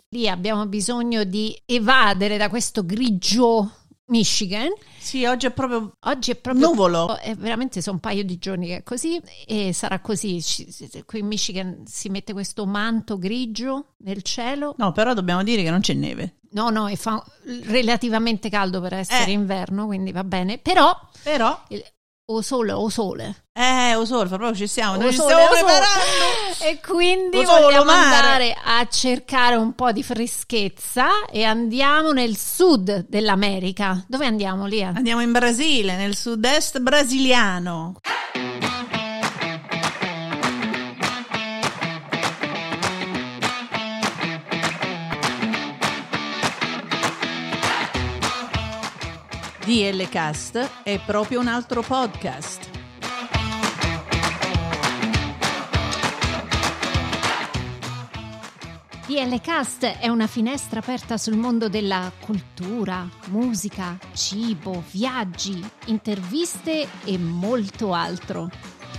lì abbiamo bisogno di evadere da questo grigio Michigan. Sì, oggi è proprio nuvolo. Veramente sono un paio di giorni che è così e sarà così. Qui in Michigan si mette questo manto grigio nel cielo. No, però dobbiamo dire che non c'è neve. No, e fa relativamente caldo per essere inverno, quindi va bene. Però o sole. Proprio ci stiamo preparando. E quindi vogliamo andare a cercare un po' di freschezza e andiamo nel sud dell'America. Dove andiamo, Lia? Andiamo in Brasile, nel sud-est brasiliano. DL Cast è proprio un altro podcast. DL Cast è una finestra aperta sul mondo della cultura, musica, cibo, viaggi, interviste e molto altro.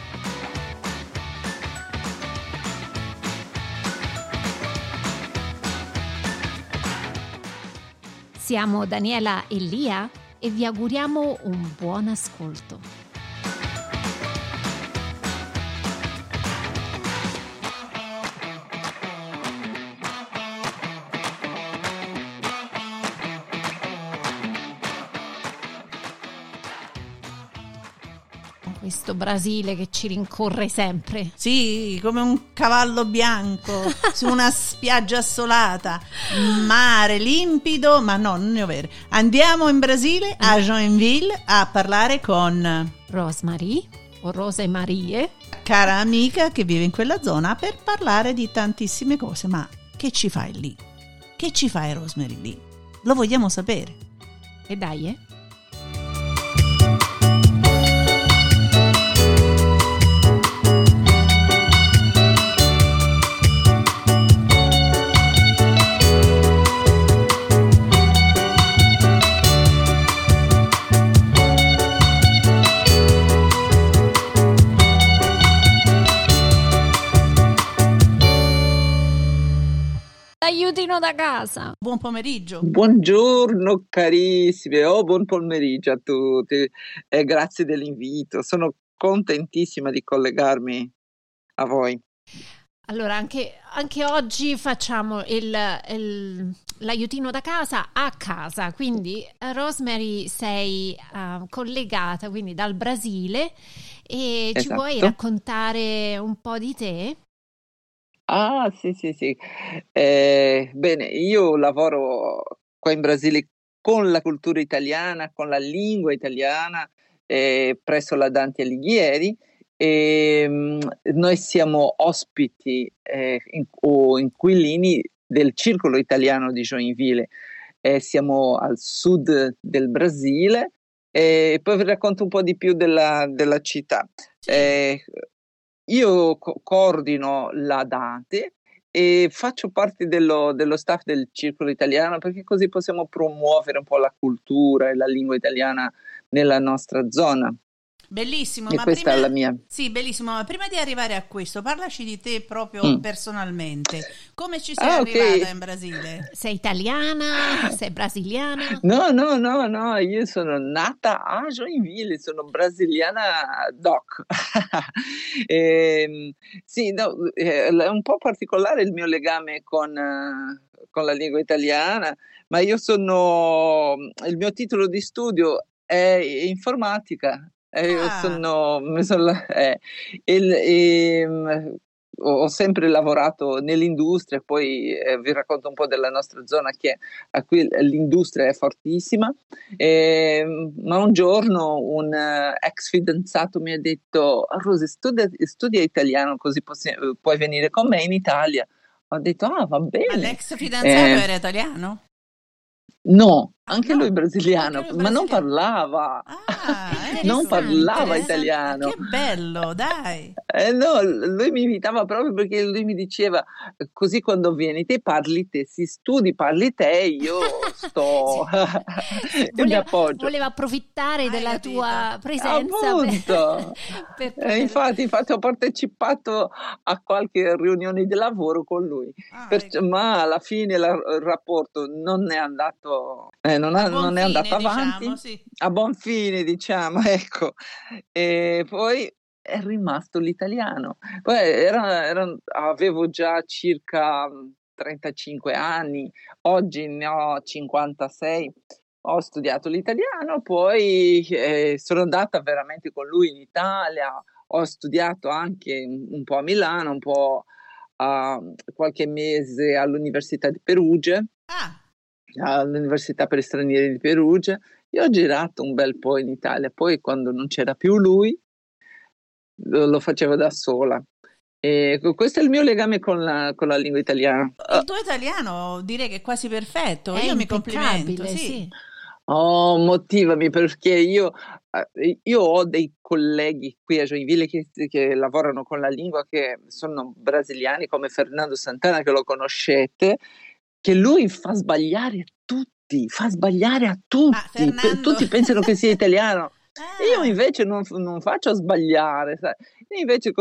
Siamo Daniela e Lia e vi auguriamo un buon ascolto. Questo Brasile che ci rincorre sempre. Sì, come un cavallo bianco su una spiaggia assolata, mare limpido, ma no, non è vero. Andiamo in Brasile, a Joinville, a parlare con Rosemary, o Rose Marie, cara amica che vive in quella zona, per parlare di tantissime cose. Ma che ci fai lì? Che ci fai, Rosemary, lì? Lo vogliamo sapere. E dai, Aiutino da casa. Buon pomeriggio. Buongiorno carissime, buon pomeriggio a tutti e grazie dell'invito. Sono contentissima di collegarmi a voi. Allora, anche oggi facciamo l'aiutino da casa a casa, quindi Rosemary sei collegata quindi dal Brasile e Esatto. Ci vuoi raccontare un po' di te? Ah, sì. Bene, io lavoro qua in Brasile con la cultura italiana, con la lingua italiana, presso la Dante Alighieri, e noi siamo ospiti o inquilini del Circolo Italiano di Joinville. Siamo al sud del Brasile e poi vi racconto un po' di più della città. Sì. Io coordino la Dante e faccio parte dello staff del Circolo Italiano, perché così possiamo promuovere un po' la cultura e la lingua italiana nella nostra zona. Bellissimo, E ma questa è la mia. Sì, bellissimo, ma prima di arrivare a questo, parlaci di te proprio personalmente. Come ci sei arrivata in Brasile? Sei italiana? Sei brasiliana? No, io sono nata a Joinville, sono brasiliana doc. Sì, no, è un po' particolare il mio legame con la lingua italiana, ma il mio titolo di studio è informatica. Ho sempre lavorato nell'industria, poi vi racconto un po' della nostra zona, a cui l'industria è fortissima, ma un giorno un ex fidanzato mi ha detto: Rose, studia italiano così puoi venire con me in Italia. Ho detto: va bene. Ma l'ex fidanzato era italiano? No, Anche No, lui brasiliano, anche lui ma non brasiliano. parlava, non parlava Interessante. italiano. Che bello, dai. No, lui mi invitava proprio perché lui mi diceva, così quando vieni te parli te, si studi parli te, io sto Sì, e mi appoggio. voleva approfittare Hai della capito? tua presenza Appunto. per poter... Infatti ho partecipato a qualche riunione di lavoro con lui, Ecco. ma alla fine il rapporto non è andato, A buon non è andato fine, avanti, diciamo, sì. a buon fine, diciamo, ecco. E poi è rimasto l'italiano. Poi avevo già circa 35 anni, oggi ne ho 56. Ho studiato l'italiano, poi sono andata veramente con lui in Italia, ho studiato anche un po' a Milano, un po' qualche mese all'Università di Perugia, Ah, all'Università per stranieri di Perugia. Io ho girato un bel po' in Italia, poi quando non c'era più lui lo facevo da sola. E questo è il mio legame con la lingua italiana. il tuo italiano direi che è quasi perfetto. È Io mi complimento, impeccabile, sì. sì. Oh, motivami perché io ho dei colleghi qui a Joinville che lavorano con la lingua, che sono brasiliani, come Fernando Santana, che lo conoscete, che lui fa sbagliare a tutti, Fernando. tutti pensano che sia italiano. Io Ah, invece non faccio sbagliare, sai? Invece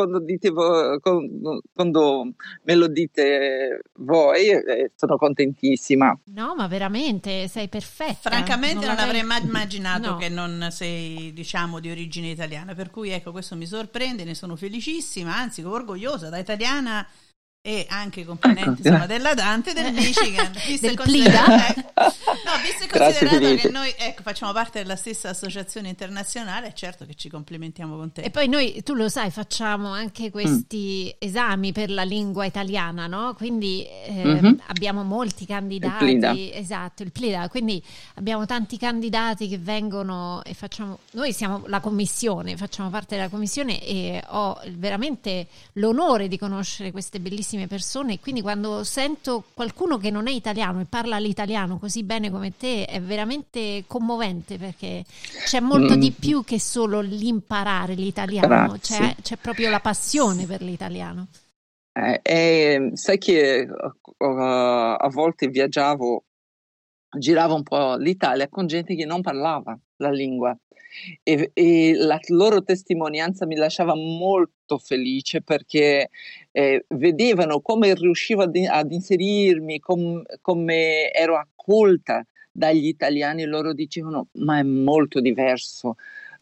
quando me lo dite voi, sono contentissima. No, ma veramente sei perfetta. francamente non avrei mai No. immaginato che non sei, diciamo, di origine italiana, per cui ecco, questo mi sorprende, ne sono felicissima, anzi orgogliosa da italiana e anche componente, Ecco. insomma, della Dante del Michigan, visto Del e considerato, Plida? no, visto e Grazie considerato mille. che noi, ecco, facciamo parte della stessa associazione internazionale, è certo che ci complimentiamo con te. E poi noi, tu lo sai, facciamo anche questi esami per la lingua italiana, no? Quindi abbiamo molti candidati. Il Plida. Esatto, il Plida. Quindi abbiamo tanti candidati che vengono e facciamo... Noi siamo la commissione, facciamo parte della commissione e ho veramente l'onore di conoscere queste bellissime persone, e quindi quando sento qualcuno che non è italiano e parla l'italiano così bene come te è veramente commovente, perché c'è molto di più che solo l'imparare l'italiano, Grazie. c'è proprio la passione per l'italiano. Sai che a volte giravo un po' l'Italia con gente che non parlava la lingua e la loro testimonianza mi lasciava molto felice, perché vedevano come riuscivo ad inserirmi, come ero accolta dagli italiani. Loro dicevano: ma è molto diverso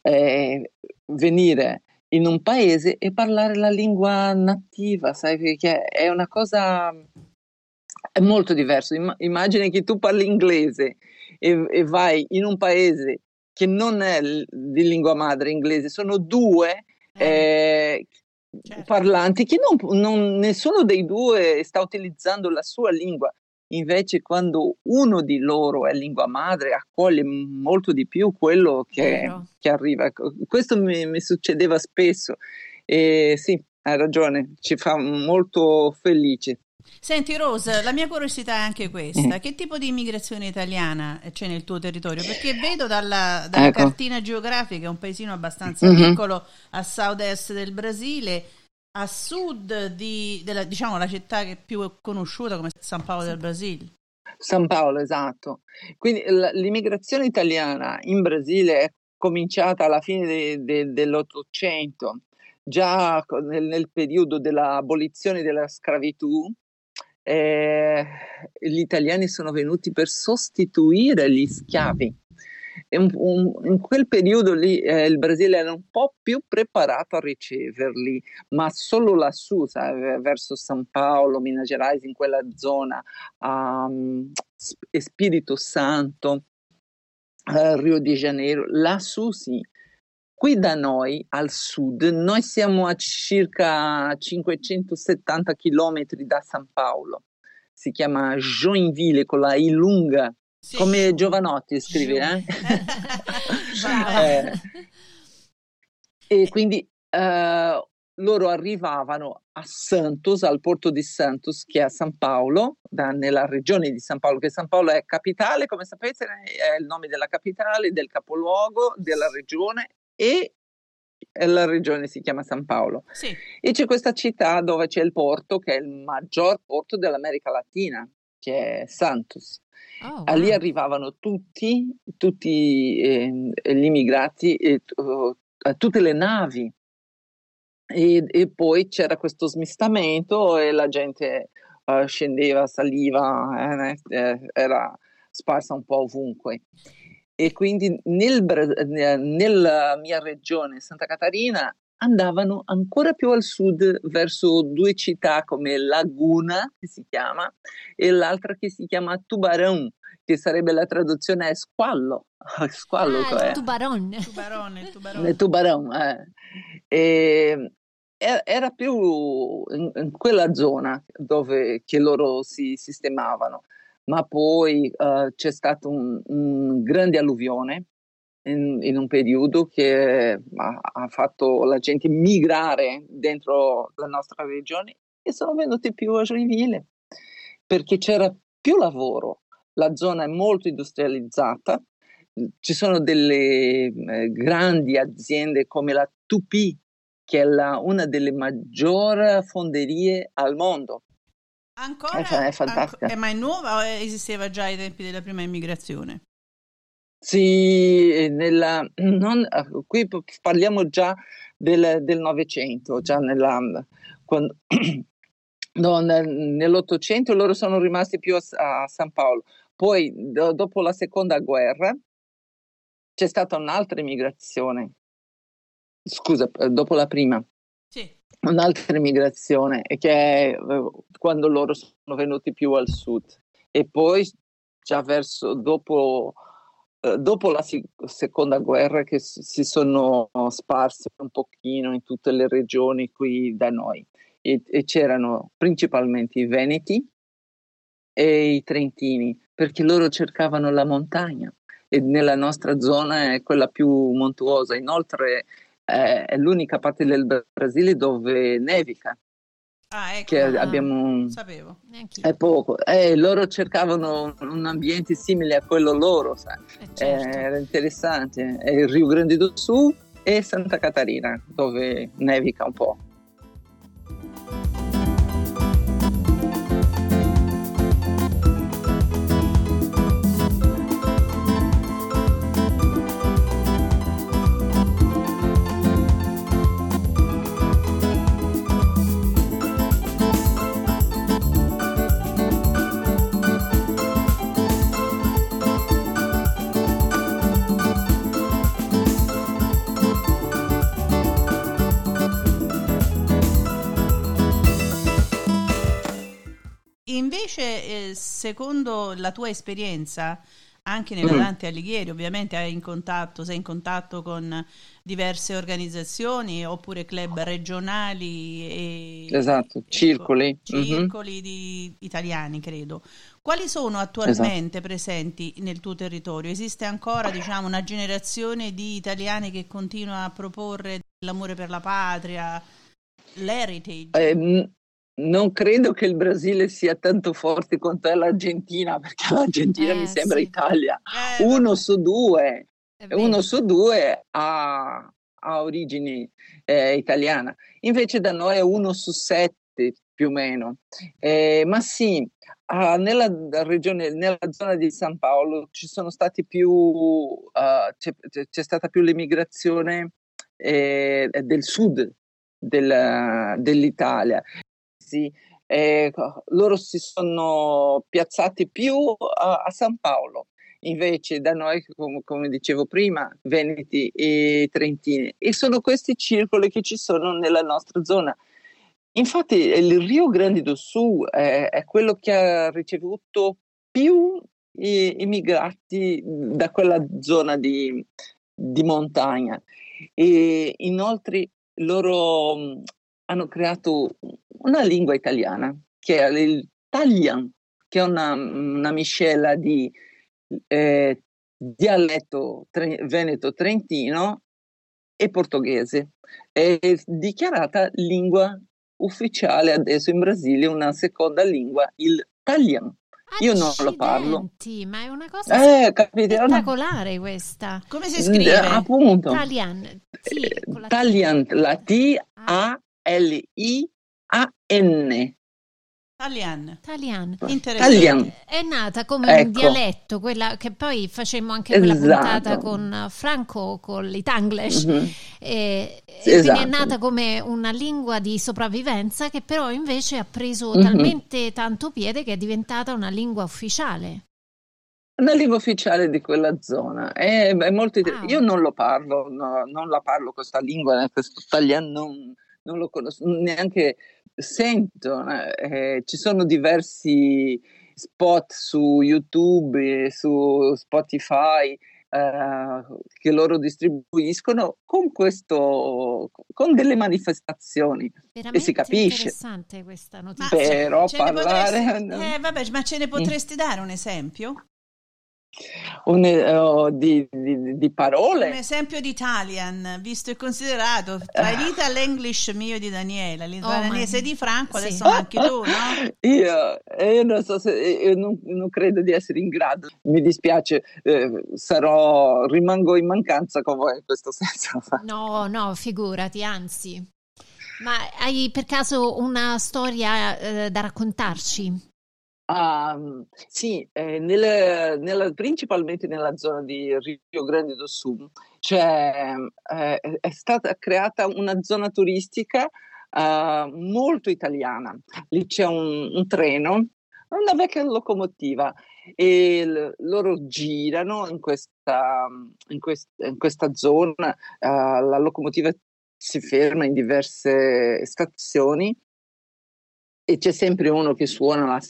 venire in un paese e parlare la lingua nativa, sai, perché è una cosa, è molto diverso. Immagini che tu parli inglese e vai in un paese che non è di lingua madre inglese, sono due Certo. parlanti che nessuno dei due sta utilizzando la sua lingua. Invece quando uno di loro è lingua madre, accoglie molto di più quello che arriva. Questo mi succedeva spesso e sì, hai ragione, ci fa molto felice. Senti Rose, la mia curiosità è anche questa: che tipo di immigrazione italiana c'è nel tuo territorio? Perché vedo dalla Ecco. cartina geografica, è un paesino abbastanza piccolo a sud-est del Brasile, a sud della, diciamo, la città che è più conosciuta come San Paolo del Brasile. San Paolo, esatto. Quindi l'immigrazione italiana in Brasile è cominciata alla fine dell'Ottocento, già nel periodo dell'abolizione della schiavitù. Gli italiani sono venuti per sostituire gli schiavi. In quel periodo lì il Brasile era un po' più preparato a riceverli, ma solo lassù, verso San Paolo, Minas Gerais, in quella zona, Spirito Santo, Rio de Janeiro, lassù sì. Qui da noi, al sud, noi siamo a circa 570 chilometri da San Paolo. Si chiama Joinville con la I lunga, sì, come Giovanotti scrive. E quindi loro arrivavano a Santos, al porto di Santos, che è a San Paolo, nella regione di San Paolo, che San Paolo è capitale, come sapete, è il nome della capitale, del capoluogo della regione, e la regione si chiama San Paolo. Sì. E c'è questa città dove c'è il porto, che è il maggior porto dell'America Latina, che è Santos. Oh, Lì wow. arrivavano tutti gli immigrati, tutte le navi. E poi c'era questo smistamento e la gente scendeva, saliva, era sparsa un po' ovunque. E quindi nella mia regione, Santa Catarina, andavano ancora più al sud, verso due città come Laguna, che si chiama, e l'altra che si chiama Tubarão, che sarebbe la traduzione è squallo. Squallo, Il tubarone. Il Tubarão, E era più in quella zona dove che loro si sistemavano, ma poi c'è stato un grande alluvione in un periodo che ha fatto la gente migrare dentro la nostra regione e sono venuti più a Joinville perché c'era più lavoro, la zona è molto industrializzata, ci sono delle grandi aziende come la Tupi, che è una delle maggiori fonderie al mondo. Ancora? È fantastica. Ma è nuova o esisteva già ai tempi della prima immigrazione? Sì, qui parliamo già del Novecento, già nell'Ottocento loro sono rimasti più a San Paolo. Poi, dopo la seconda guerra, c'è stata un'altra immigrazione. Scusa, dopo la prima. Sì. Un'altra immigrazione, che è quando loro sono venuti più al sud. E poi, già dopo la seconda guerra, che si sono sparsi un pochino in tutte le regioni qui da noi. E c'erano principalmente i Veneti e i Trentini, perché loro cercavano la montagna e nella nostra zona è quella più montuosa. Inoltre è l'unica parte del Brasile dove nevica. Ecco. Che abbiamo, sapevo. È poco. Loro cercavano un ambiente simile a quello loro, sai. Certo. Era interessante. È il Rio Grande do Sul e Santa Catarina, dove nevica un po'. Invece, secondo la tua esperienza, anche nella Dante Alighieri, ovviamente sei in contatto con diverse organizzazioni oppure club regionali esatto, circoli di italiani, credo. Quali sono attualmente presenti nel tuo territorio? Esiste ancora, diciamo, una generazione di italiani che continua a proporre l'amore per la patria, l'heritage? Non credo che il Brasile sia tanto forte quanto è l'Argentina, perché l'Argentina mi sembra sì. Italia. Uno su due ha origini italiana. Invece da noi è 1 su 7 più o meno. Ma sì, nella zona di San Paolo ci sono stati c'è stata più l'emigrazione del sud dell'Italia. Loro si sono piazzati più a San Paolo, invece da noi, come dicevo prima, Veneti e Trentini, e sono questi circoli che ci sono nella nostra zona. Infatti il Rio Grande do Sul è quello che ha ricevuto più immigrati da quella zona di montagna, e inoltre loro hanno creato una lingua italiana che è l'Italian, che è una miscela di dialetto veneto-trentino e portoghese. È dichiarata lingua ufficiale adesso in Brasile, una seconda lingua, il italiano. Io non lo parlo. Accidenti, ma è una cosa Capite? spettacolare questa. Come si scrive? Appunto. Talian, sì, con la Talian, la T-A-L-I-A-N. Talian. Talian. Interessante. È nata come un Ecco. dialetto, quella che poi facemmo anche quella Esatto. puntata con Franco, con l'Itanglish. Mhm. E Esatto. quindi è nata come una lingua di sopravvivenza che però invece ha preso Mhm. talmente tanto piede che è diventata una lingua ufficiale. Una lingua ufficiale di quella zona. È molto Wow. Io non lo parlo, no, non la parlo questa lingua, questo italiano non lo conosco, neanche sento. Ci sono diversi spot su YouTube, su Spotify, che loro distribuiscono con delle manifestazioni, e Veramente si capisce. interessante questa Ma notizia. Però ce ne parlare potresti, ma ce ne potresti dare un esempio? di parole. Un esempio di Italian, visto e considerato tra l'Ita e l'English mio e di Daniela, l'italianese di Franco, sì. adesso anche tu, no? Io non so se io non credo di essere in grado, mi dispiace, rimango in mancanza con voi in questo senso. No, figurati, anzi. Ma hai per caso una storia da raccontarci? Sì, principalmente nella zona di Rio Grande do Sul è stata creata una zona turistica molto italiana. Lì c'è un treno, una vecchia locomotiva, e loro girano in questa zona. La locomotiva si ferma in diverse stazioni e c'è sempre uno che suona la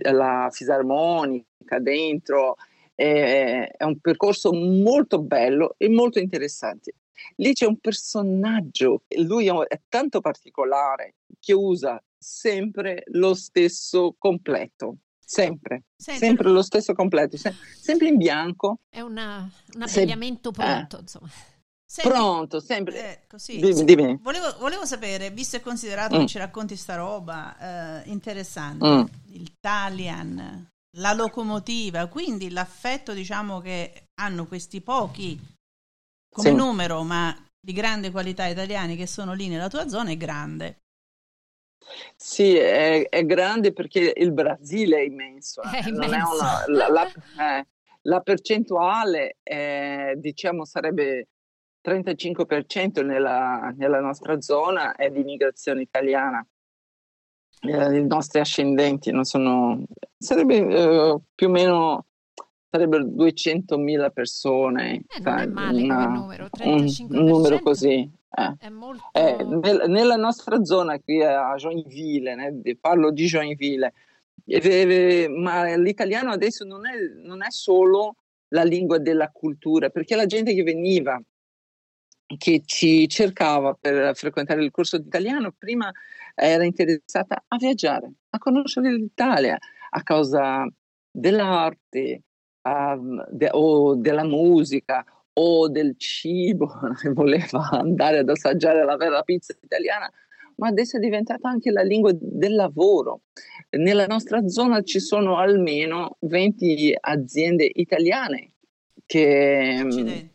fisarmonica dentro. È un percorso molto bello e molto interessante. Lì c'è un personaggio, lui è tanto particolare che usa sempre lo stesso completo, sempre lo stesso completo, sempre in bianco. È un abbigliamento pronto, insomma. Senti, Pronto, sempre. Così. Dimmi. Volevo sapere, visto e considerato che ci racconti sta roba interessante, il Talian, la locomotiva, quindi l'affetto, diciamo, che hanno questi pochi come numero, ma di grande qualità italiani che sono lì nella tua zona, è grande. Sì, è grande perché il Brasile è immenso. È Non immenso. La percentuale, diciamo, sarebbe 35% nella nostra zona è di immigrazione italiana. I nostri ascendenti sarebbe più o meno, sarebbero 200.000 persone. Non è male come numero, 35%. Un numero così. È molto... nella nostra zona qui a Joinville, parlo di Joinville, ma l'italiano adesso non è solo la lingua della cultura, perché la gente che veniva, che ci cercava per frequentare il corso di italiano, prima era interessata a viaggiare, a conoscere l'Italia a causa dell'arte, o della musica o del cibo, voleva andare ad assaggiare la vera pizza italiana, ma adesso è diventata anche la lingua del lavoro. Nella nostra zona ci sono almeno 20 aziende italiane che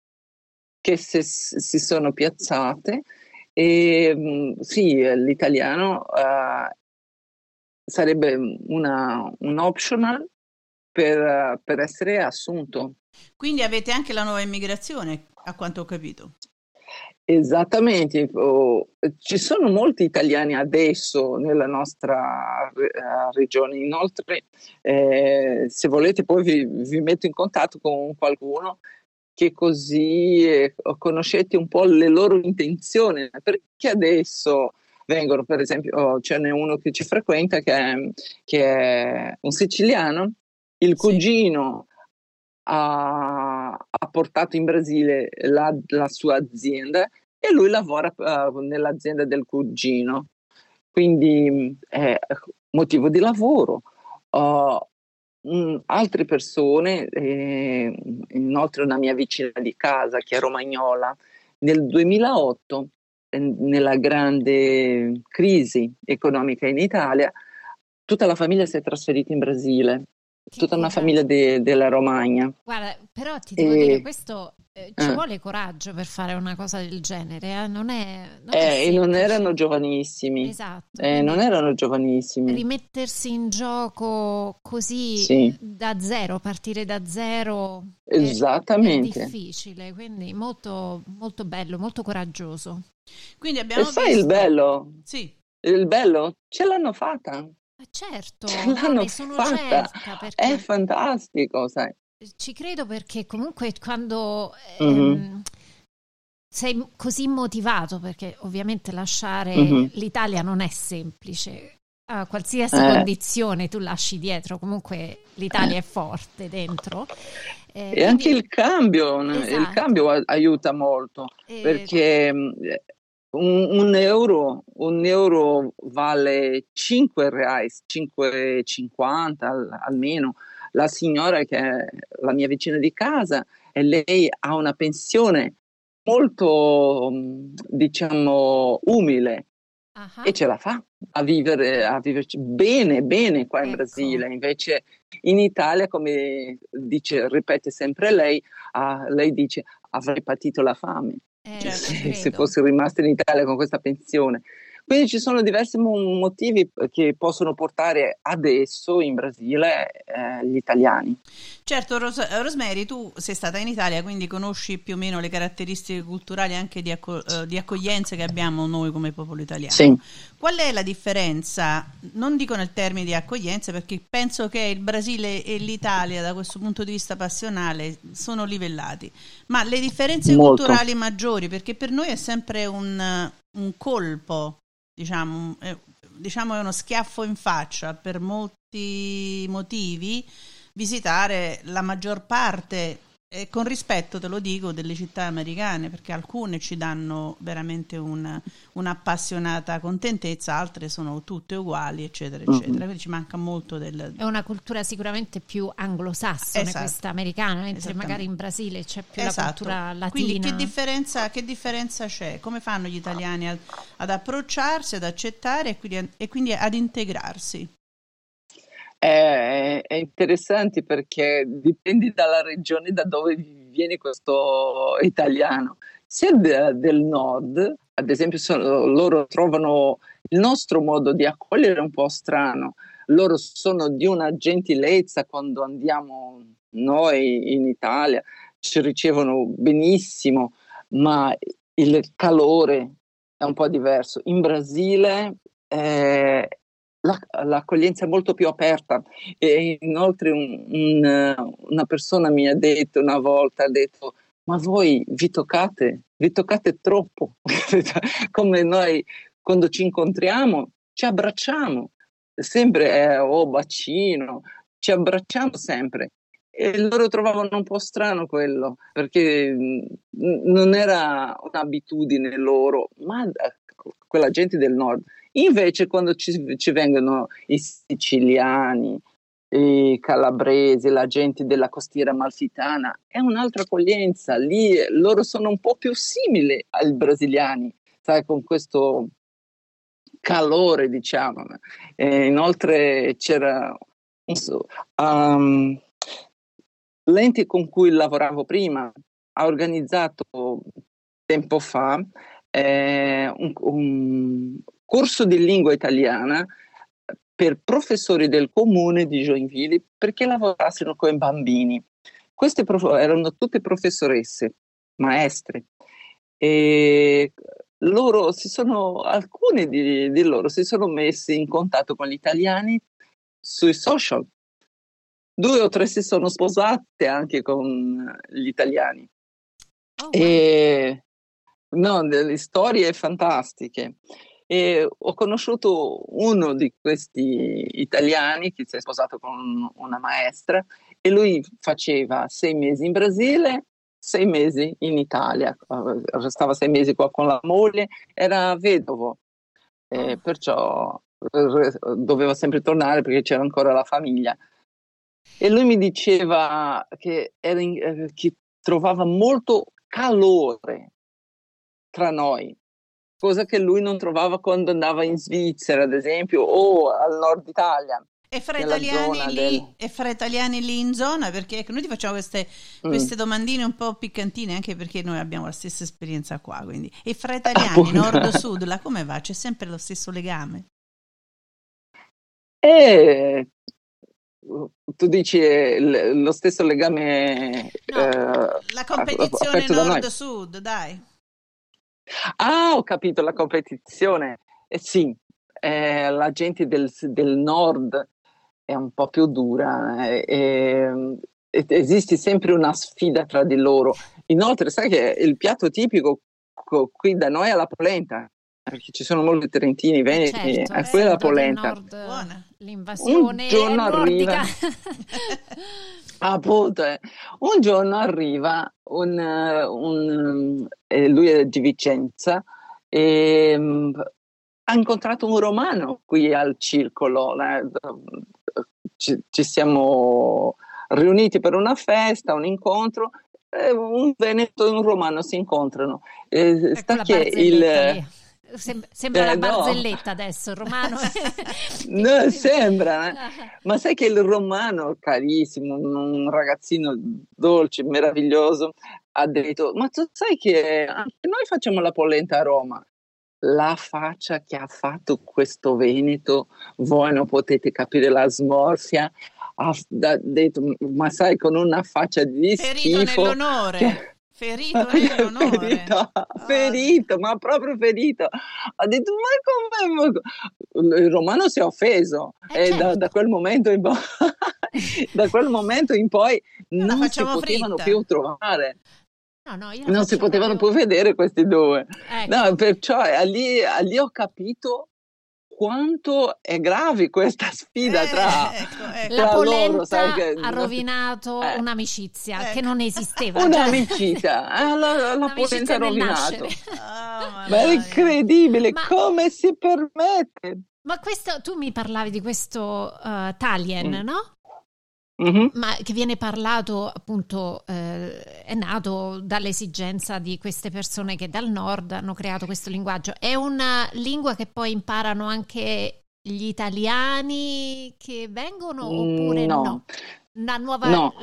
si sono piazzate, e sì, l'italiano sarebbe un optional per essere assunto. Quindi avete anche la nuova immigrazione, a quanto ho capito. Esattamente, ci sono molti italiani adesso nella nostra regione. Inoltre, se volete poi vi metto in contatto con qualcuno, che così conoscete un po' le loro intenzioni, perché adesso vengono, per esempio, ce n'è uno che ci frequenta che è un siciliano, il cugino ha portato in Brasile la sua azienda e lui lavora nell'azienda del cugino, quindi è motivo di lavoro. Altre persone, inoltre una mia vicina di casa che è romagnola, nel 2008, nella grande crisi economica in Italia, tutta la famiglia si è trasferita in Brasile, Che tutta una coraggio. famiglia della Romagna. Guarda, però ti devo dire, E, questo ci eh, vuole coraggio per fare una cosa del genere, non è e non erano semplice. giovanissimi, Esatto, non quindi erano giovanissimi, rimettersi in gioco così sì, da zero, partire da zero è esattamente. difficile, quindi molto, molto bello, molto coraggioso. Quindi E abbiamo sai il visto, bello? sì, Il bello? Ce l'hanno fatta, ce Certo, no, l'hanno ne sono fatta, certa è perché fantastico, sai. ci credo perché comunque quando Mhm, sei così motivato, perché ovviamente lasciare mhm. l'Italia non è semplice, a qualsiasi Eh, condizione tu lasci dietro, comunque l'Italia eh. è forte dentro. E anche Quindi, il esatto, cambio aiuta molto, eh, perché un euro vale 5 reais, 5,50 almeno. La signora che è la mia vicina di casa, e lei ha una pensione molto, diciamo, umile ah, e ce la fa a viverci bene, bene qua in ecco, Brasile. Invece in Italia, come dice, ripete sempre lei, lei dice avrei patito la fame certo. ci se credo. fosse rimasta in Italia con questa pensione. Quindi ci sono diversi motivi che possono portare adesso in Brasile gli italiani. Certo, Rosemary, tu sei stata in Italia, quindi conosci più o meno le caratteristiche culturali anche di accoglienza che abbiamo noi come popolo italiano. Sì, Qual è la differenza? Non dico nel termine di accoglienza, perché penso che il Brasile e l'Italia, da questo punto di vista passionale, sono livellati, ma le differenze molto. culturali maggiori, perché per noi è sempre un colpo, diciamo è uno schiaffo in faccia per molti motivi visitare la maggior parte, e con rispetto te lo dico, delle città americane, perché alcune ci danno veramente un'appassionata contentezza, altre sono tutte uguali, eccetera, eccetera. Mhm. Quindi ci manca molto del... È una cultura sicuramente più anglosassone, Esatto, questa americana, mentre magari in esattamente. Brasile c'è più la Esatto. cultura Quindi latina. che differenza c'è? Come fanno gli italiani ad approcciarsi, ad accettare e quindi ad integrarsi? È interessante perché dipende dalla regione da dove viene questo italiano. Se del nord, ad esempio, loro trovano il nostro modo di accogliere un po' strano. Loro sono di una gentilezza quando andiamo noi in Italia, ci ricevono benissimo, ma il calore è un po' diverso. In Brasile l'accoglienza è molto più aperta e inoltre una persona mi ha detto una volta, ha detto, ma voi vi toccate troppo, come noi quando ci incontriamo ci abbracciamo, sempre oh bacino, ci abbracciamo sempre. E loro trovavano un po' strano quello, perché non era un'abitudine loro, ma quella gente del nord. Invece, quando ci vengono i siciliani, i calabresi, la gente della costiera amalfitana, è un'altra accoglienza. Lì loro sono un po' più simili ai brasiliani, sai, con questo calore, diciamo. Inoltre c'era um, l'ente con cui lavoravo prima ha organizzato tempo fa un corso di lingua italiana per professori del comune di Joinville perché lavorassero con i bambini. Queste erano tutte professoresse, maestre, e alcuni di loro si sono messi in contatto con gli italiani sui social. 2 o 3 si sono sposate anche con gli italiani. Oh, wow. E no, delle storie fantastiche. E ho conosciuto uno di questi italiani che si è sposato con una maestra e lui faceva 6 mesi in Brasile, 6 mesi in Italia, restava 6 mesi qua con la moglie, era vedovo, Oh. perciò doveva sempre tornare perché c'era ancora la famiglia. E lui mi diceva che trovava molto calore tra noi, cosa che lui non trovava quando andava in Svizzera, ad esempio, o al nord Italia. E fra nella italiani zona lì, e fra italiani lì in zona, perché ecco, noi ti facciamo queste domandine un po' piccantine, anche perché noi abbiamo la stessa esperienza qua, quindi. E fra italiani, nord-sud, là come va? C'è sempre lo stesso legame? E tu dici lo stesso legame No, la competizione aperto da noi. nord-sud, dai. Ah, ho capito, la competizione. Sì, la gente del nord è un po' più dura, esiste sempre una sfida tra di loro. Inoltre, sai che il piatto tipico qui da noi è la polenta, perché ci sono molti trentini, veneti, certo, è quella la polenta. Nord, l'invasione Un giorno nordica. arriva, appunto, un giorno arriva lui è di Vicenza e ha incontrato un romano qui al circolo. Ci siamo riuniti per una festa, un incontro, un veneto e un romano si incontrano. Ecco la barzelletta lì. Sembra la barzelletta adesso, il romano. No, sembra, ma sai che il romano, carissimo, un ragazzino dolce, meraviglioso, ha detto, ma tu sai che anche noi facciamo la polenta a Roma? La faccia che ha fatto questo veneto, voi non potete capire la smorfia, ha detto, ma sai, con una faccia di schifo. Ferito nell'onore. Ferito, ma proprio ferito. Ha detto, ma come? Il romano si è offeso e certo. da quel momento in poi, non si potevano più trovare. Non si potevano più vedere questi due. Ecco. No, perciò lì ho capito quanto è grave questa sfida tra la polenta loro, sai che ha rovinato un'amicizia che non esisteva. Un'amicizia, la polenta ha rovinato. Ma è incredibile, come si permette? Ma questo, tu mi parlavi di questo Tallien, no? Mm-hmm. Ma che viene parlato appunto, è nato dall'esigenza di queste persone che dal nord hanno creato questo linguaggio. È una lingua che poi imparano anche gli italiani che vengono oppure no? La nuova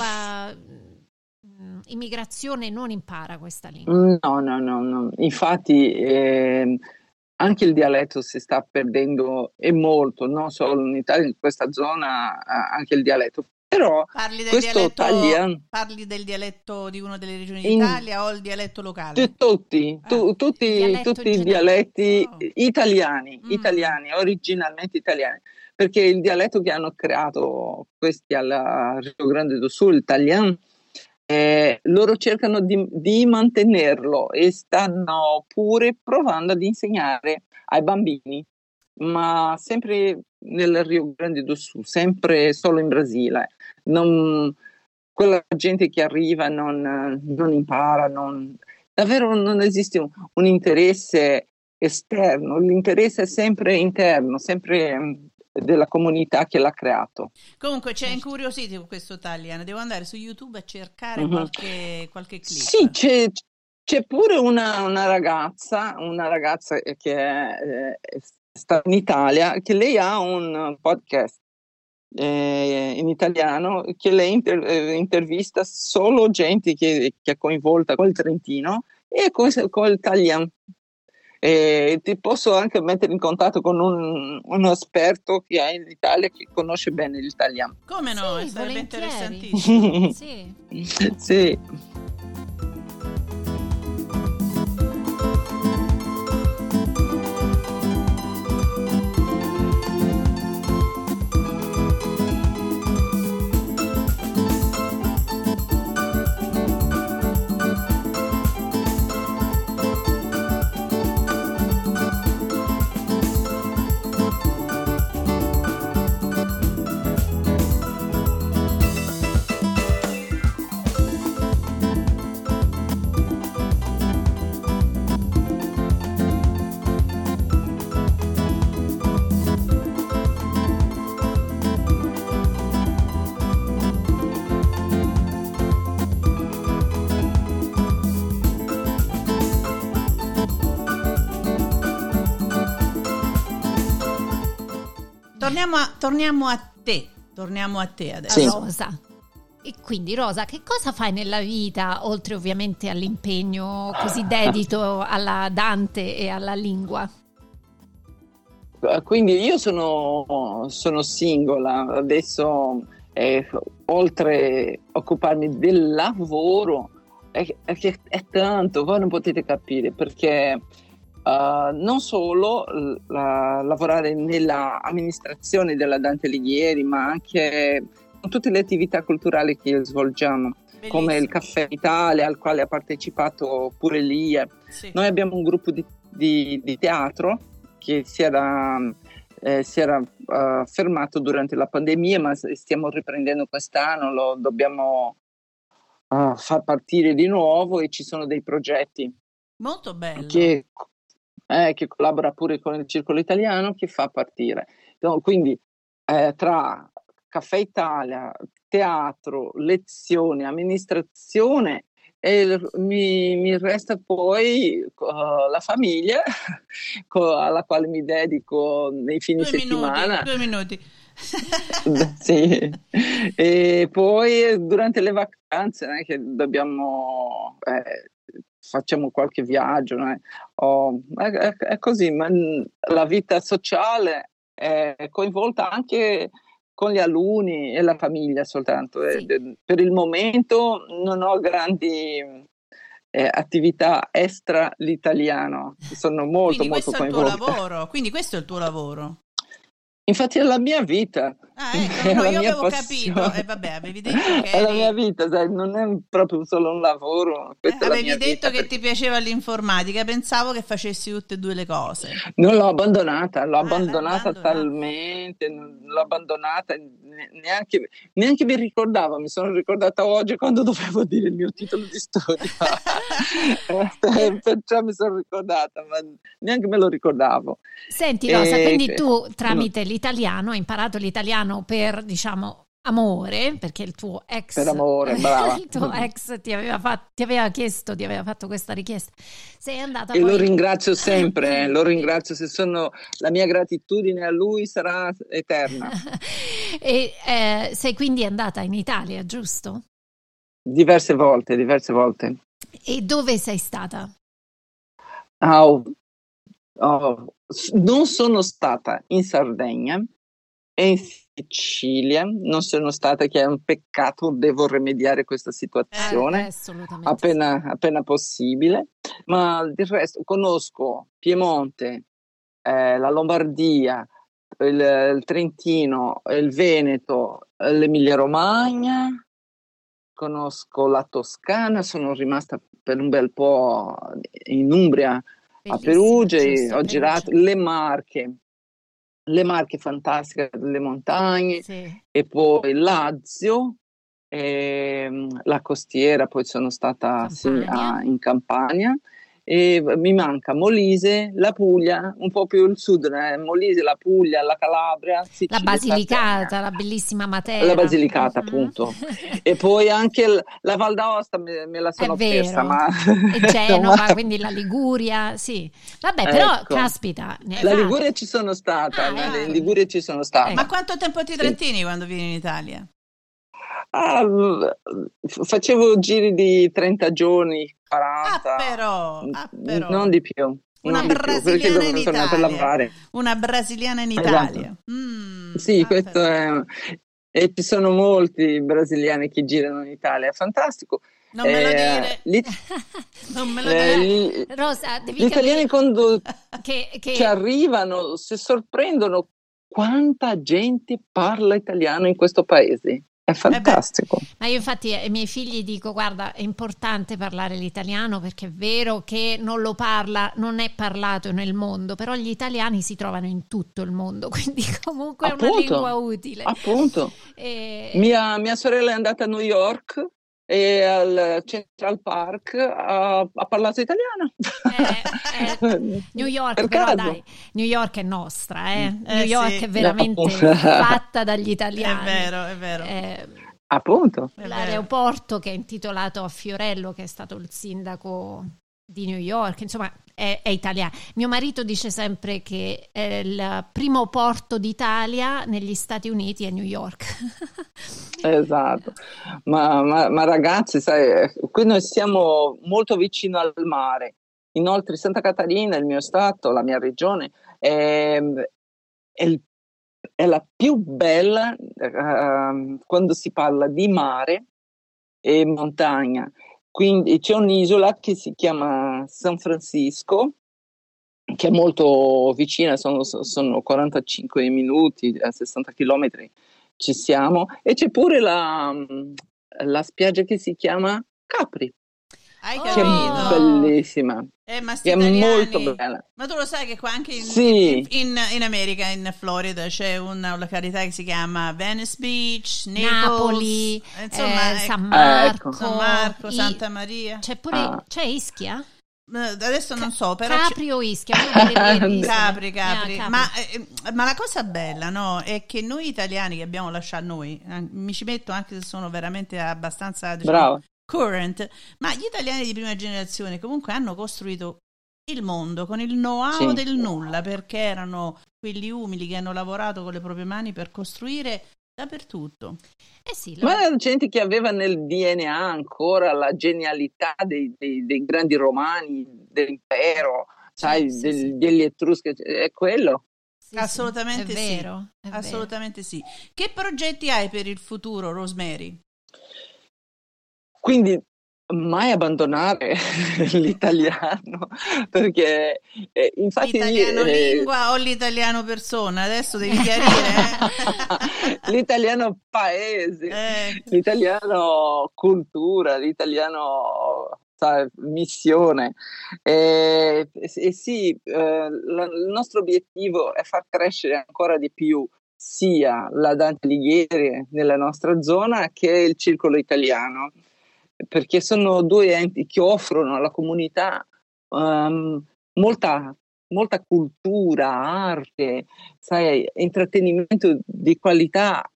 immigrazione non impara questa lingua? No. Infatti anche il dialetto si sta perdendo e molto, non solo in Italia, in questa zona anche il dialetto. Però parli del dialetto di una delle regioni d'Italia o il dialetto locale? Tutti i dialetti italiani, originalmente italiani, perché il dialetto che hanno creato questi alla Rio Grande do Sul, l'italiano, loro cercano di mantenerlo e stanno pure provando ad insegnare ai bambini, ma sempre nel Rio Grande do Sul, sempre solo in Brasile. Quella gente che arriva non impara, davvero non esiste un interesse esterno, l'interesse è sempre interno, sempre della comunità che l'ha creato. Comunque c'è incuriosito con questo Tallien, devo andare su YouTube a cercare qualche clip. Sì, c'è pure una ragazza che sta in Italia, che lei ha un podcast in italiano, che lei intervista solo gente che è coinvolta col Trentino e con il Tallien. Ti posso anche mettere in contatto con un esperto che è in Italia che conosce bene l'italiano. Come no? Sì, sarebbe volentieri. interessantissimo. Sì. torniamo a te adesso. Sì. Rosa. E quindi Rosa, che cosa fai nella vita, oltre ovviamente all'impegno così dedito alla Dante e alla lingua? Quindi io sono single adesso, oltre a occuparmi del lavoro, è tanto, voi non potete capire, perché non solo lavorare nella amministrazione della Dante Alighieri, ma anche con tutte le attività culturali che svolgiamo. Bellissimo. Come il Caffè Italia, al quale ha partecipato pure Lia. Sì. Noi abbiamo un gruppo di teatro che si era fermato durante la pandemia, ma stiamo riprendendo quest'anno, lo dobbiamo far partire di nuovo, e ci sono dei progetti molto bello che collabora pure con il Circolo Italiano, che fa partire. Quindi tra Caffè Italia, teatro, lezioni, amministrazione, e mi resta poi la famiglia alla quale mi dedico nei fine settimana. 2 minuti. Sì. E poi durante le vacanze che dobbiamo facciamo qualche viaggio, è così, ma la vita sociale è coinvolta anche con gli alunni e la famiglia soltanto. Sì. Per il momento non ho grandi attività extra l'italiano, sono molto molto coinvolta. Quindi questo è il tuo lavoro? Infatti è la mia vita. Ecco, io avevo capito, vabbè, avevi detto che è la mia vita, sai, non è proprio solo un lavoro. Avevi detto che ti piaceva l'informatica, pensavo che facessi tutte e due le cose. Non l'ho abbandonata, talmente, l'ho abbandonata, neanche mi ricordavo, mi sono ricordata oggi quando dovevo dire il mio titolo di studio. Perciò mi sono ricordata, ma neanche me lo ricordavo. Senti Rosa, quindi tu tramite l'italiano hai imparato l'italiano per, diciamo, amore, perché il tuo ex, per amore, brava. Il tuo ex ti aveva fatto questa richiesta. Sei andata e poi... lo ringrazio sempre, lo ringrazio, la mia gratitudine a lui sarà eterna. E sei quindi andata in Italia, giusto? Diverse volte. E dove sei stata? Non sono stata in Sardegna e in Sicilia, non sono stata, che è un peccato, devo rimediare questa situazione appena possibile, ma del resto conosco Piemonte, la Lombardia, il Trentino, il Veneto, l'Emilia Romagna, conosco la Toscana, sono rimasta per un bel po' in Umbria, a Perugia, ho girato le Marche fantastiche, le montagne, sì. E poi Lazio, la costiera, poi sono stata in Campania, e mi manca Molise, la Puglia, un po' più il sud, Molise, la Puglia, la Calabria, Sicilia, la Basilicata, la bellissima Matera, la Basilicata appunto, e poi anche la Val d'Aosta me la sono persa, ma e Genova, quindi la Liguria, sì, vabbè, però caspita, la Liguria ci sono stata, in Liguria ci sono stata. Ma quanto tempo ti trattieni quando vieni in Italia? Facevo giri di 30 giorni, 40, però. Non di più. Una brasiliana in Italia. Una brasiliana in Italia. Esatto. Sì, questo è. E ci sono molti brasiliani che girano in Italia, è fantastico. Non me lo dire. Non me lo dire. Rosa, devi gli italiani quando ci arrivano si sorprendono quanta gente parla italiano in questo paese. È fantastico. Ma io infatti ai miei figli dico: guarda, è importante parlare l'italiano, perché è vero che non è parlato nel mondo, però gli italiani si trovano in tutto il mondo, quindi comunque è una lingua utile. Appunto. Mia sorella è andata a New York e al Central Park ha parlato italiano. New York, però dai, New York è nostra, New York è veramente fatta dagli italiani. È vero. Appunto. L'aeroporto che è intitolato a Fiorello, che è stato il sindaco di New York, insomma è italiana. Mio marito dice sempre che il primo porto d'Italia negli Stati Uniti è New York. Esatto, ma ragazzi, sai, qui noi siamo molto vicino al mare. Inoltre Santa Catarina, il mio stato, la mia regione, è la più bella quando si parla di mare e montagna. Quindi c'è un'isola che si chiama San Francisco, che è molto vicina, sono 45 minuti, a 60 chilometri ci siamo, e c'è pure la spiaggia che si chiama Capri, Hai che è capito? bellissima, Ma sti che è italiani, molto bella. ma tu lo sai che qua anche Sì. in America, in Florida, c'è una località che si chiama Venice Beach, Naples, Napoli, insomma, San ecco, Marco, San Marco, Santa Maria. c'è pure c'è Ischia? Adesso non so, però Capri o Ischia? Una delle due isole. Capri. Capri. Ma la cosa bella, no, è che noi italiani che abbiamo lasciato, noi mi ci metto anche se sono veramente abbastanza, diciamo, Bravo. current, ma gli italiani di prima generazione comunque hanno costruito il mondo con il know-how Sì. del nulla, perché erano quelli umili che hanno lavorato con le proprie mani per costruire dappertutto. Sì, Ma erano gente che aveva nel DNA ancora la genialità dei grandi romani, dell'impero, sai, sì. degli Etruschi, è quello. sì, Assolutamente è sì. vero, è vero. Assolutamente sì. Che progetti hai per il futuro, Rosemary? Quindi mai abbandonare l'italiano, perché infatti L'italiano lingua o l'italiano persona? Adesso devi chiarire. l'italiano paese, l'italiano cultura, l'italiano, sai, missione. E sì, il nostro obiettivo è far crescere ancora di più sia la Dante Alighieri nella nostra zona che il Circolo Italiano, perché sono due enti che offrono alla comunità molta cultura, arte, sai, intrattenimento di qualità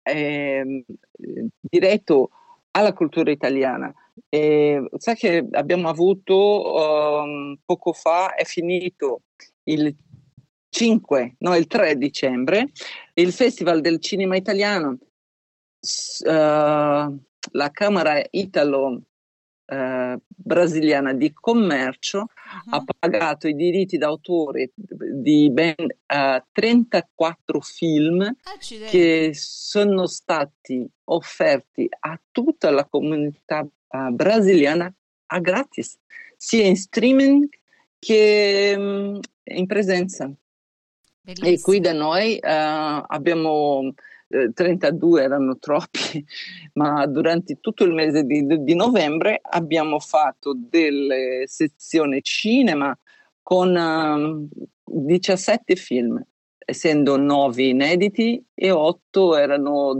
diretto alla cultura italiana. Sai che abbiamo avuto poco fa, è finito il 3 dicembre, il Festival del Cinema Italiano. La Camera Italo Brasiliana di Commercio ha pagato i diritti d'autore di ben 34 film che sono stati offerti a tutta la comunità brasiliana a gratis, sia in streaming che in presenza. Bellissimo. E qui da noi abbiamo 32, erano troppi, ma durante tutto il mese di novembre abbiamo fatto delle sezioni cinema con 17 film, essendo 9 inediti e 8 erano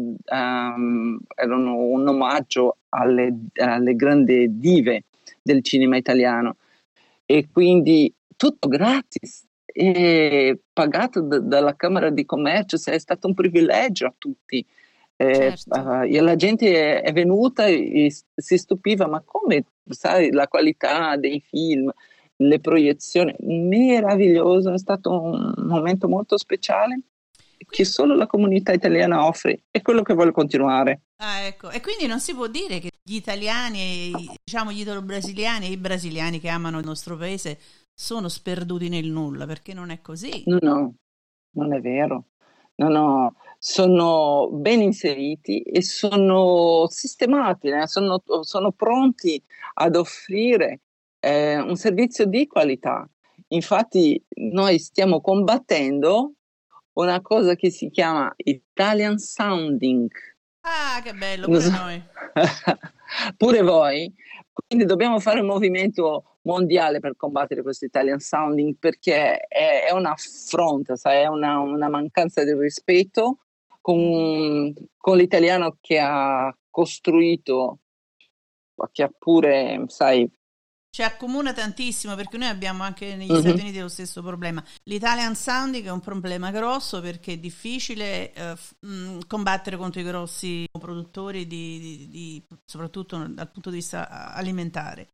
un omaggio alle grandi dive del cinema italiano, e quindi tutto gratis e pagato dalla Camera di Commercio. È stato un privilegio a tutti. Certo. E la gente è venuta e si stupiva, ma come, sai, la qualità dei film, le proiezioni, meraviglioso, è stato un momento molto speciale che solo la comunità italiana offre, e quello che vuole continuare. Ecco. E quindi non si può dire che gli italiani, diciamo gli italo-brasiliani e i brasiliani che amano il nostro paese sono sperduti nel nulla, perché non è così. No, non è vero. No, sono ben inseriti e sono sistemati, sono pronti ad offrire un servizio di qualità. Infatti noi stiamo combattendo una cosa che si chiama Italian Sounding. Ah, che bello, pure noi. Pure voi. Quindi dobbiamo fare un movimento mondiale per combattere questo Italian Sounding, perché è un'affronta, sai, è una mancanza di rispetto con l'italiano che ha costruito, che ha pure, sai, ci accomuna tantissimo, perché noi abbiamo anche negli Stati Uniti lo stesso problema. L'Italian Sounding è un problema grosso, perché è difficile combattere contro i grossi produttori soprattutto dal punto di vista alimentare.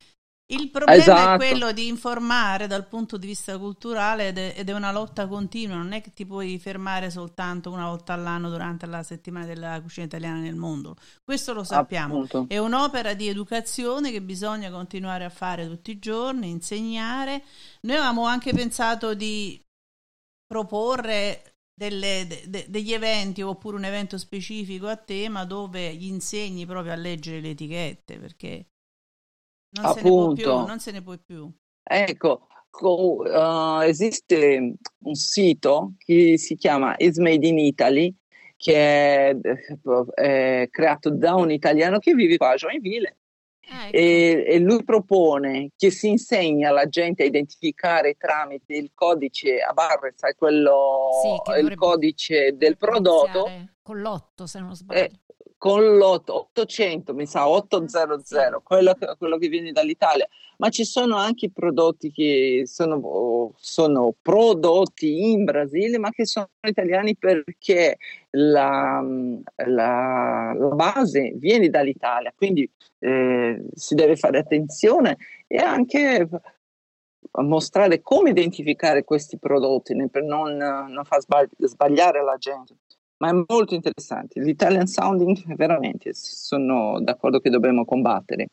Il problema Esatto. è quello di informare dal punto di vista culturale ed è una lotta continua, non è che ti puoi fermare soltanto una volta all'anno durante la settimana della cucina italiana nel mondo. Questo lo sappiamo. Appunto. È un'opera di educazione che bisogna continuare a fare tutti i giorni, insegnare. Noi avevamo anche pensato di proporre degli eventi oppure un evento specifico a tema dove gli insegni proprio a leggere le etichette, perché Appunto. non se ne può più. Ecco, esiste un sito che si chiama It's Made in Italy, che è creato da un italiano che vive qua a Joinville. Ecco. E lui propone che si insegni alla gente a identificare tramite il codice a barre, sai, quello, Sì, che il codice del dovrebbe prodotto, iniziare con l'8 se non sbaglio. con l'800, mi sa 800, Sì. quello che viene dall'Italia. Ma ci sono anche prodotti che sono prodotti in Brasile, ma che sono italiani perché la base viene dall'Italia, quindi si deve fare attenzione e anche mostrare come identificare questi prodotti per non far sbagliare la gente. Ma è molto interessante. L'Italian sounding veramente sono d'accordo che dobbiamo combattere.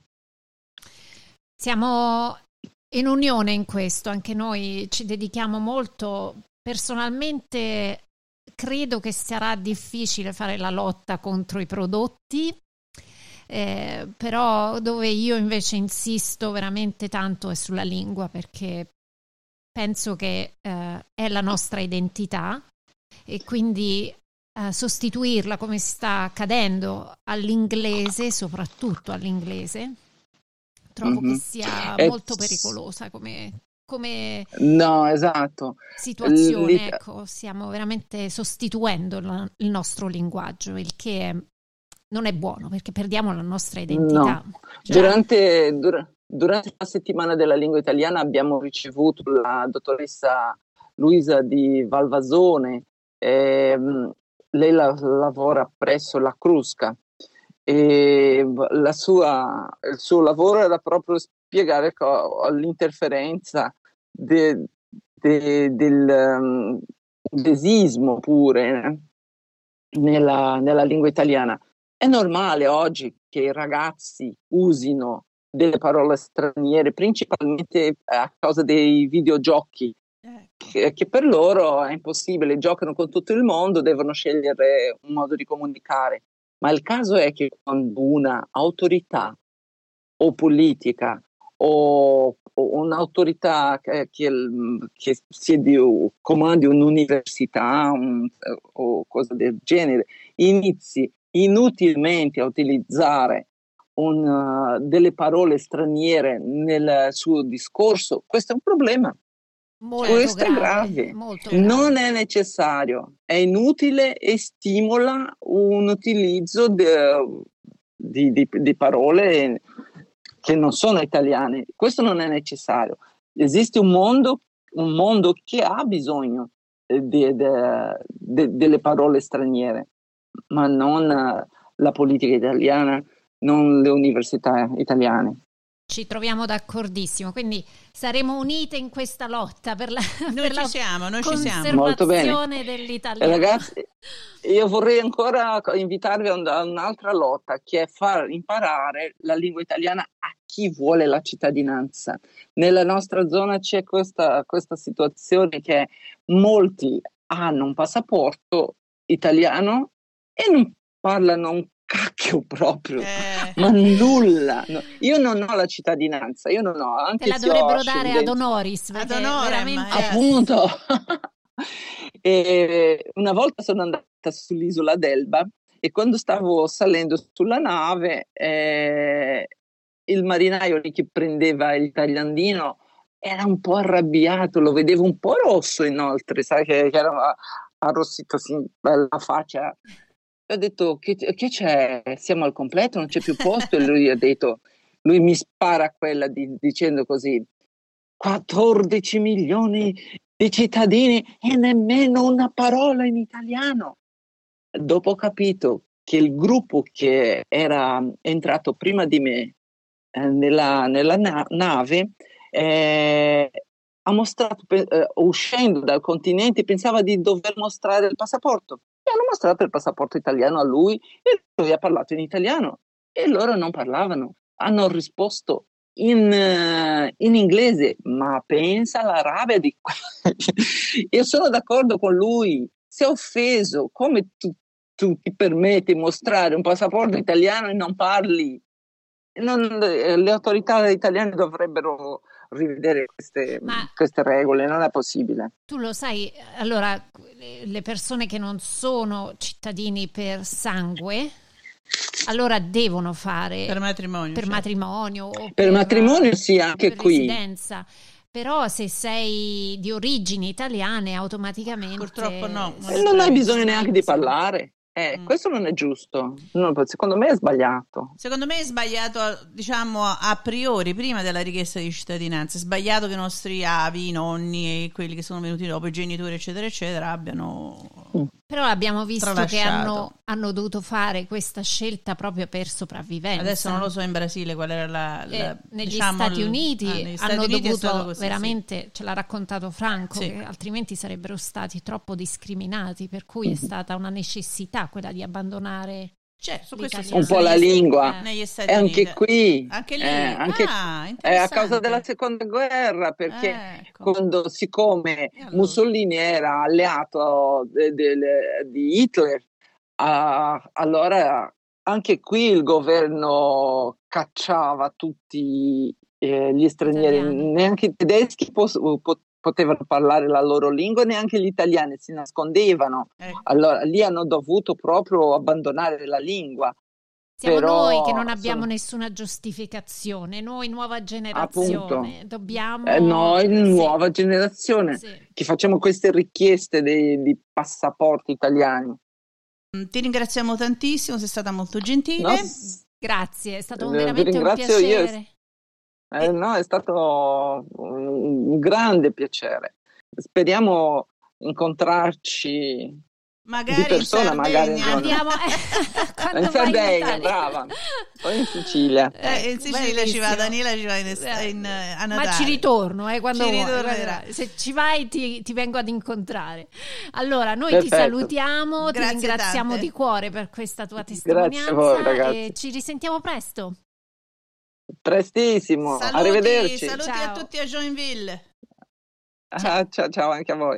Siamo in unione in questo, anche noi ci dedichiamo molto. Personalmente credo che sarà difficile fare la lotta contro i prodotti, però dove io invece insisto veramente tanto è sulla lingua, perché penso che è la nostra identità e quindi sostituirla come sta accadendo all'inglese, soprattutto all'inglese, trovo che sia molto pericolosa come no, esatto. situazione. Ecco, stiamo veramente sostituendo il nostro linguaggio, il che non è buono perché perdiamo la nostra identità. No. Durante la settimana della lingua italiana abbiamo ricevuto la dottoressa Luisa di Valvasone. Lei lavora presso la Crusca e il suo lavoro era proprio spiegare l'interferenza del desismo pure nella lingua italiana. È normale oggi che i ragazzi usino delle parole straniere, principalmente a causa dei videogiochi, che per loro è impossibile, giocano con tutto il mondo, devono scegliere un modo di comunicare. Ma il caso è che quando una autorità o politica o un'autorità che comandi un'università o cosa del genere inizi inutilmente a utilizzare delle parole straniere nel suo discorso, questo è un problema. Questo è grave. Molto grave. Non è necessario, è inutile e stimola un utilizzo di parole che non sono italiane. Questo non è necessario. Esiste un mondo che ha bisogno delle parole straniere, ma non la politica italiana, non le università italiane. Ci troviamo d'accordissimo, quindi saremo unite in questa lotta per la conservazione dell'italiano. Ragazzi, io vorrei ancora invitarvi a un'altra lotta, che è far imparare la lingua italiana a chi vuole la cittadinanza. Nella nostra zona c'è questa situazione che molti hanno un passaporto italiano e non parlano un cacchio proprio, ma nulla. No. Io non ho la cittadinanza, io non ho. Anche te la dovrebbero dare ad honoris, veramente. Appunto. E una volta sono andata sull'isola d'Elba e quando stavo salendo sulla nave, il marinaio lì che prendeva il tagliandino era un po' arrabbiato, lo vedevo un po' rosso inoltre, sai che era arrossito la faccia. Ho detto, che c'è? Siamo al completo, non c'è più posto? E lui mi spara quella dicendo così, 14 milioni di cittadini e nemmeno una parola in italiano. Dopo ho capito che il gruppo che era entrato prima di me nella nave, ha mostrato, uscendo dal continente, pensava di dover mostrare il passaporto. E hanno mostrato il passaporto italiano a lui e lui ha parlato in italiano e loro non parlavano. Hanno risposto in inglese, ma pensa alla rabbia di io sono d'accordo con lui, si è offeso. Come tu ti permetti di mostrare un passaporto italiano e non parli? Le autorità italiane dovrebbero rivedere queste regole, non è possibile. Tu lo sai, allora le persone che non sono cittadini per sangue, allora devono fare per matrimonio, per certo. matrimonio o per matrimonio sì, anche per qui residenza. Però se sei di origini italiane automaticamente purtroppo no, non hai bisogno neanche di parlare. Questo non è giusto. Secondo me è sbagliato. Secondo me è sbagliato, diciamo, a priori, prima della richiesta di cittadinanza. È sbagliato che i nostri avi, i nonni e quelli che sono venuti dopo, i genitori, eccetera, eccetera, abbiano Però abbiamo visto che tralasciato. hanno dovuto fare questa scelta proprio per sopravvivenza. Adesso non lo so in Brasile qual era negli diciamo, Stati Uniti negli Stati hanno Uniti è stato dovuto così, veramente, ce l'ha raccontato Franco, Sì. che altrimenti sarebbero stati troppo discriminati, per cui è stata una necessità quella di abbandonare Cioè, su questo l'italiano. Un po' la lingua. negli Stati E anche Uniti. qui Anche lì. è a interessante. causa della seconda guerra, perché Ecco. siccome E allora? Mussolini era alleato di Hitler, allora anche qui il governo cacciava tutti gli stranieri, Italiani. neanche i tedeschi potevano parlare la loro lingua, neanche gli italiani si nascondevano. Ecco. Allora lì hanno dovuto proprio abbandonare la lingua. Siamo Però, noi che non abbiamo nessuna giustificazione, noi nuova generazione, appunto, dobbiamo... noi Sì, nuova generazione sì. che facciamo queste richieste di passaporti italiani. Ti ringraziamo tantissimo, sei stata molto gentile. No? Grazie, è stato Vi veramente un ringrazio io. piacere. No, è stato un grande piacere. Speriamo incontrarci Magari di persona, in magari Sardegna. Andiamo quando in vai Sardegna, Italia. brava, o in Sicilia. In Sicilia ci va, bellissimo. Daniela ci va a Natale. Ma ci ritorno quando Ci vuoi. ritornerà. Guarda, se ci vai ti vengo ad incontrare. Allora noi Perfetto. ti salutiamo, Grazie ti ringraziamo tante. di cuore per questa tua Grazie testimonianza a voi, ragazzi. e ci risentiamo presto. Prestissimo, Saluti arrivederci. a Ciao. tutti a Joinville. Ciao anche a voi.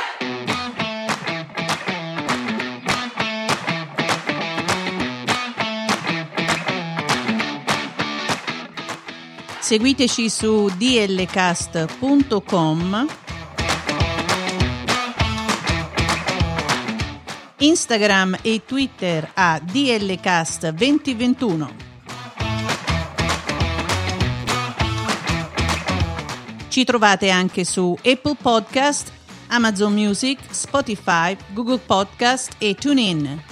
Seguiteci su dlcast.com, Instagram e Twitter a dlcast2021. Ci trovate anche su Apple Podcast, Amazon Music, Spotify, Google Podcast e TuneIn.